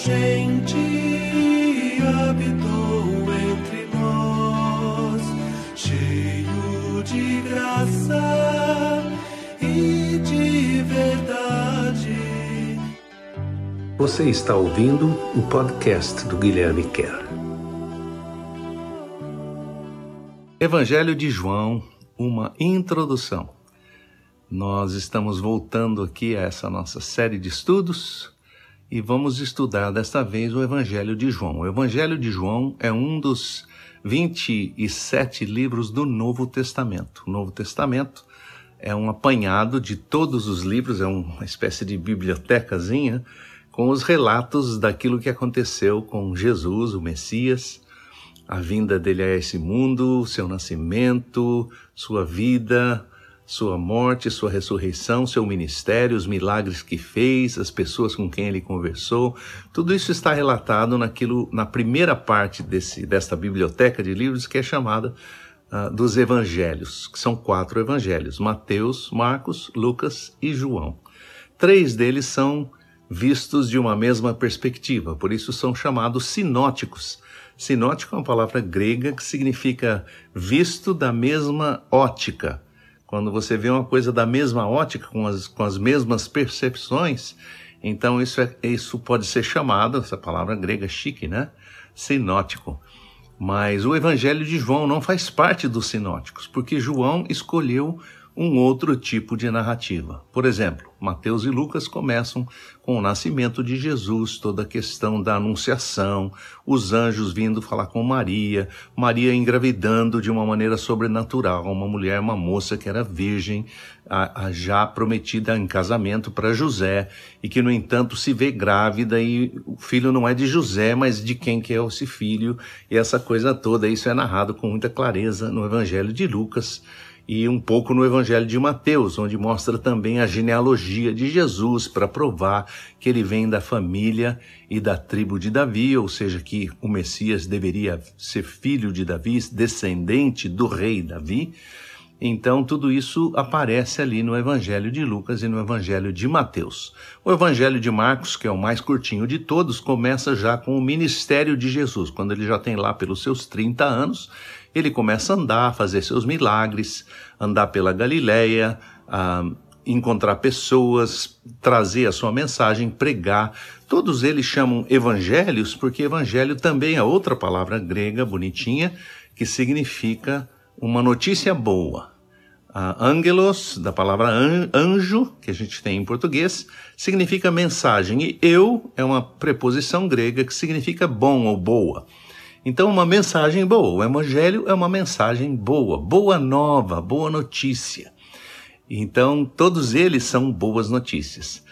gente habitou entre nós, cheio de graça e de verdade. Você está ouvindo o podcast do Guilherme Kerr. Evangelho de João, uma introdução. Nós estamos voltando aqui a essa nossa série de estudos e vamos estudar desta vez o Evangelho de João. O Evangelho de João é um dos 27 livros do Novo Testamento. O Novo Testamento é um apanhado de todos os livros, é uma espécie de bibliotecazinha com os relatos daquilo que aconteceu com Jesus, o Messias, a vinda dele a esse mundo, seu nascimento, sua vida, sua morte, sua ressurreição, seu ministério, os milagres que fez, as pessoas com quem ele conversou. Tudo isso está relatado na primeira parte desta biblioteca de livros que é chamada dos evangelhos, que são 4 evangelhos: Mateus, Marcos, Lucas e João. 3 deles são vistos de uma mesma perspectiva, por isso são chamados sinóticos. Sinótico é uma palavra grega que significa visto da mesma ótica. Quando você vê uma coisa da mesma ótica, com as mesmas percepções, então isso pode ser chamado, essa palavra grega chique, né? Sinótico. Mas o Evangelho de João não faz parte dos sinóticos, porque João escolheu um outro tipo de narrativa. Por exemplo, Mateus e Lucas começam com o nascimento de Jesus, toda a questão da anunciação, os anjos vindo falar com Maria, Maria engravidando de uma maneira sobrenatural, uma moça que era virgem, já prometida em casamento para José, e que, no entanto, se vê grávida e o filho não é de José, mas de quem que é esse filho, e essa coisa toda. Isso é narrado com muita clareza no Evangelho de Lucas, e um pouco no Evangelho de Mateus, onde mostra também a genealogia de Jesus para provar que ele vem da família e da tribo de Davi, ou seja, que o Messias deveria ser filho de Davi, descendente do rei Davi. Então, tudo isso aparece ali no Evangelho de Lucas e no Evangelho de Mateus. O Evangelho de Marcos, que é o mais curtinho de todos, começa já com o ministério de Jesus. Quando ele já tem lá pelos seus 30 anos, ele começa a andar, fazer seus milagres, andar pela Galileia, encontrar pessoas, trazer a sua mensagem, pregar. Todos eles chamam evangelhos, porque evangelho também é outra palavra grega bonitinha, que significa uma notícia boa. Angelos, da palavra anjo, que a gente tem em português, significa mensagem. E eu é uma preposição grega que significa bom ou boa. Então, uma mensagem boa. O evangelho é uma mensagem boa, boa nova, boa notícia. Então, todos eles são boas notícias.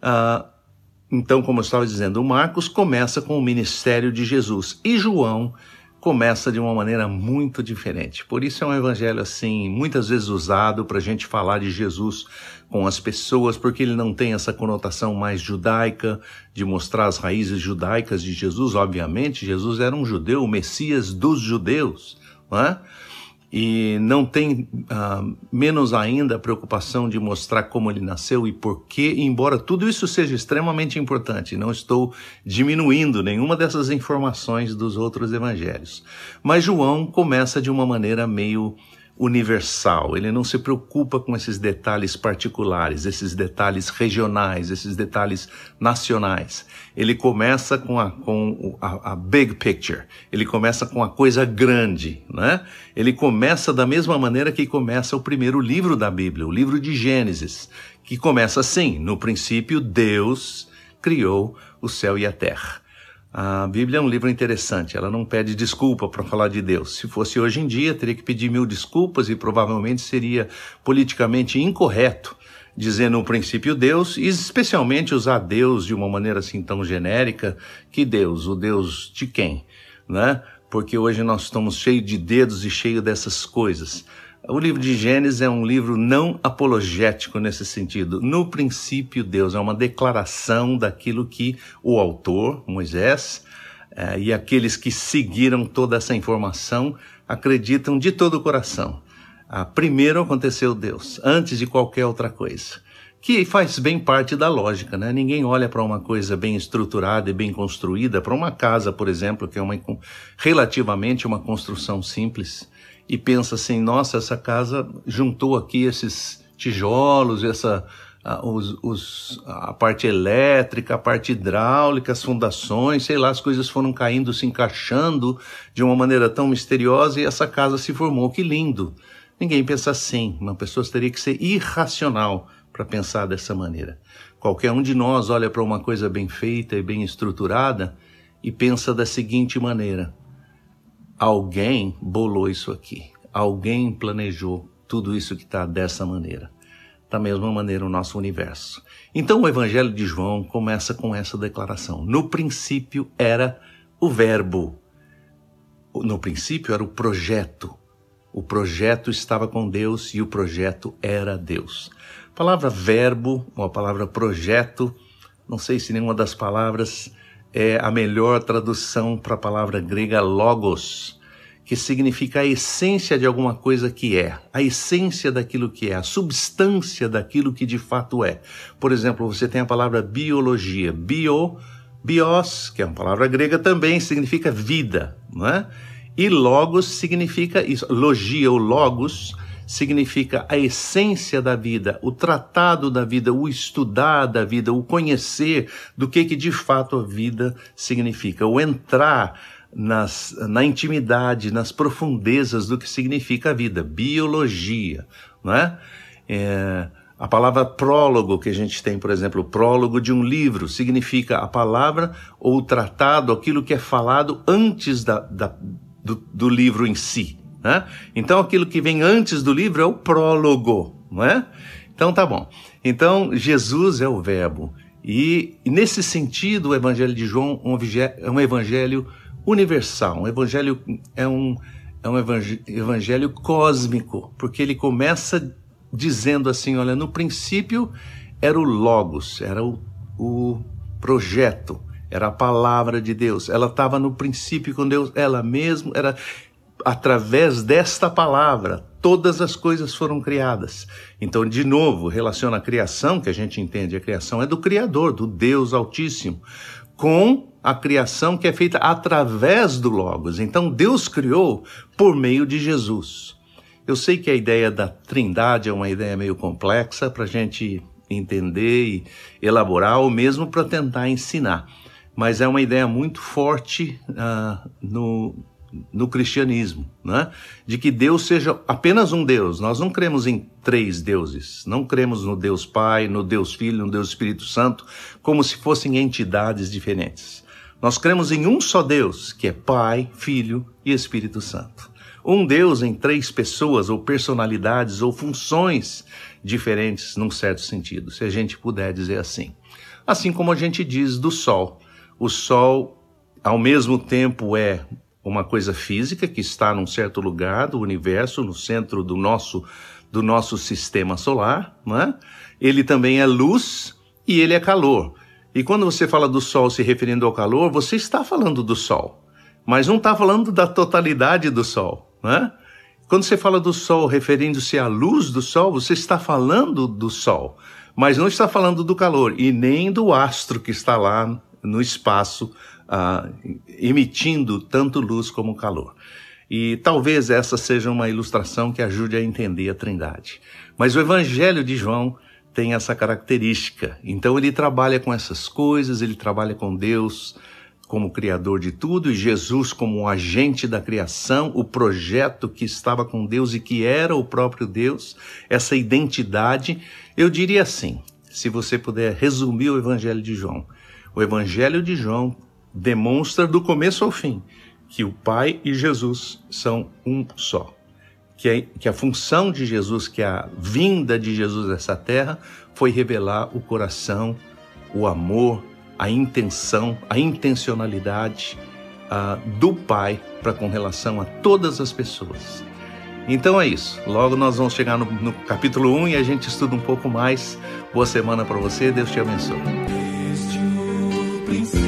Então, como eu estava dizendo, o Marcos começa com o ministério de Jesus e João começa de uma maneira muito diferente. Por isso é um evangelho assim, muitas vezes usado para a gente falar de Jesus com as pessoas, porque ele não tem essa conotação mais judaica, de mostrar as raízes judaicas de Jesus. Obviamente, Jesus era um judeu, o Messias dos judeus, não é? E não tem menos ainda a preocupação de mostrar como ele nasceu e por quê, embora tudo isso seja extremamente importante. Não estou diminuindo nenhuma dessas informações dos outros evangelhos. Mas João começa de uma maneira meio universal. Ele não se preocupa com esses detalhes particulares, esses detalhes regionais, esses detalhes nacionais. Ele começa com a big picture. Ele começa com a coisa grande, né? Ele começa da mesma maneira que começa o primeiro livro da Bíblia, o livro de Gênesis, que começa assim: no princípio Deus criou o céu e a terra. A Bíblia é um livro interessante, ela não pede desculpa para falar de Deus. Se fosse hoje em dia, teria que pedir 1000 desculpas e provavelmente seria politicamente incorreto dizer no princípio Deus, e especialmente usar Deus de uma maneira assim tão genérica. Que Deus? O Deus de quem? Né? Porque hoje nós estamos cheios de dedos e cheios dessas coisas. O livro de Gênesis é um livro não apologético nesse sentido. No princípio, Deus é uma declaração daquilo que o autor, Moisés, e aqueles que seguiram toda essa informação acreditam de todo o coração. Primeiro aconteceu Deus, antes de qualquer outra coisa. que faz bem parte da lógica, né? Ninguém olha para uma coisa bem estruturada e bem construída, para uma casa, por exemplo, que é relativamente uma construção simples, e pensa assim, nossa, essa casa juntou aqui esses tijolos, a parte elétrica, a parte hidráulica, as fundações, sei lá, as coisas foram caindo, se encaixando de uma maneira tão misteriosa e essa casa se formou. Que lindo! Ninguém pensa assim, uma pessoa teria que ser irracional para pensar dessa maneira. Qualquer um de nós olha para uma coisa bem feita e bem estruturada e pensa da seguinte maneira: alguém bolou isso aqui, alguém planejou tudo isso que está dessa maneira. Da mesma maneira o nosso universo. Então o Evangelho de João começa com essa declaração: no princípio era o Verbo. No princípio era o projeto. O projeto estava com Deus e o projeto era Deus. A palavra verbo, ou a palavra projeto, não sei se nenhuma das palavras é a melhor tradução para a palavra grega logos, que significa a essência de alguma coisa que é, a essência daquilo que é, a substância daquilo que de fato é. Por exemplo, você tem a palavra biologia, bios, que é uma palavra grega também, significa vida, não é? E logos significa isso, logia ou logos significa a essência da vida, o tratado da vida, o estudar da vida, o conhecer do que de fato a vida significa, o entrar na intimidade, nas profundezas do que significa a vida, biologia, não é? A palavra prólogo que a gente tem, por exemplo, o prólogo de um livro, significa a palavra ou o tratado, aquilo que é falado antes do livro em si, né? Então aquilo que vem antes do livro é o prólogo, não é? Então tá bom. Então Jesus é o Verbo e nesse sentido o Evangelho de João é um evangelho universal, um evangelho é um evangelho cósmico, porque ele começa dizendo assim, olha, no princípio era o Logos, era o projeto, era a palavra de Deus, ela estava no princípio com Deus, ela mesma era, através desta palavra, todas as coisas foram criadas. Então, de novo, relaciona a criação, que a gente entende, a criação é do Criador, do Deus Altíssimo, com a criação que é feita através do Logos. Então, Deus criou por meio de Jesus. Eu sei que a ideia da Trindade é uma ideia meio complexa para a gente entender e elaborar, ou mesmo para tentar ensinar. Mas é uma ideia muito forte no cristianismo, né? De que Deus seja apenas um Deus. Nós não cremos em três deuses, não cremos no Deus Pai, no Deus Filho, no Deus Espírito Santo, como se fossem entidades diferentes. Nós cremos em um só Deus, que é Pai, Filho e Espírito Santo. Um Deus em três pessoas, ou personalidades, ou funções diferentes, num certo sentido, se a gente puder dizer assim. Assim como a gente diz do Sol. O Sol, ao mesmo tempo, é uma coisa física que está num certo lugar do universo, no centro do nosso sistema solar, não é? Ele também é luz e ele é calor. E quando você fala do Sol se referindo ao calor, você está falando do Sol, mas não está falando da totalidade do Sol, não é? Quando você fala do Sol referindo-se à luz do Sol, você está falando do Sol, mas não está falando do calor e nem do astro que está lá no espaço, emitindo tanto luz como calor. E talvez essa seja uma ilustração que ajude a entender a Trindade. Mas o Evangelho de João tem essa característica. Então ele trabalha com essas coisas, ele trabalha com Deus como Criador de tudo e Jesus como um agente da criação, o projeto que estava com Deus e que era o próprio Deus, essa identidade. Eu diria assim, se você puder resumir o Evangelho de João, o Evangelho de João demonstra do começo ao fim que o Pai e Jesus são um só. Que a função de Jesus, que a vinda de Jesus a essa terra foi revelar o coração, o amor, a intenção, a intencionalidade do Pai para com relação a todas as pessoas. Então é isso. Logo nós vamos chegar no capítulo 1 e a gente estuda um pouco mais. Boa semana para você. Deus te abençoe. Desde o princípio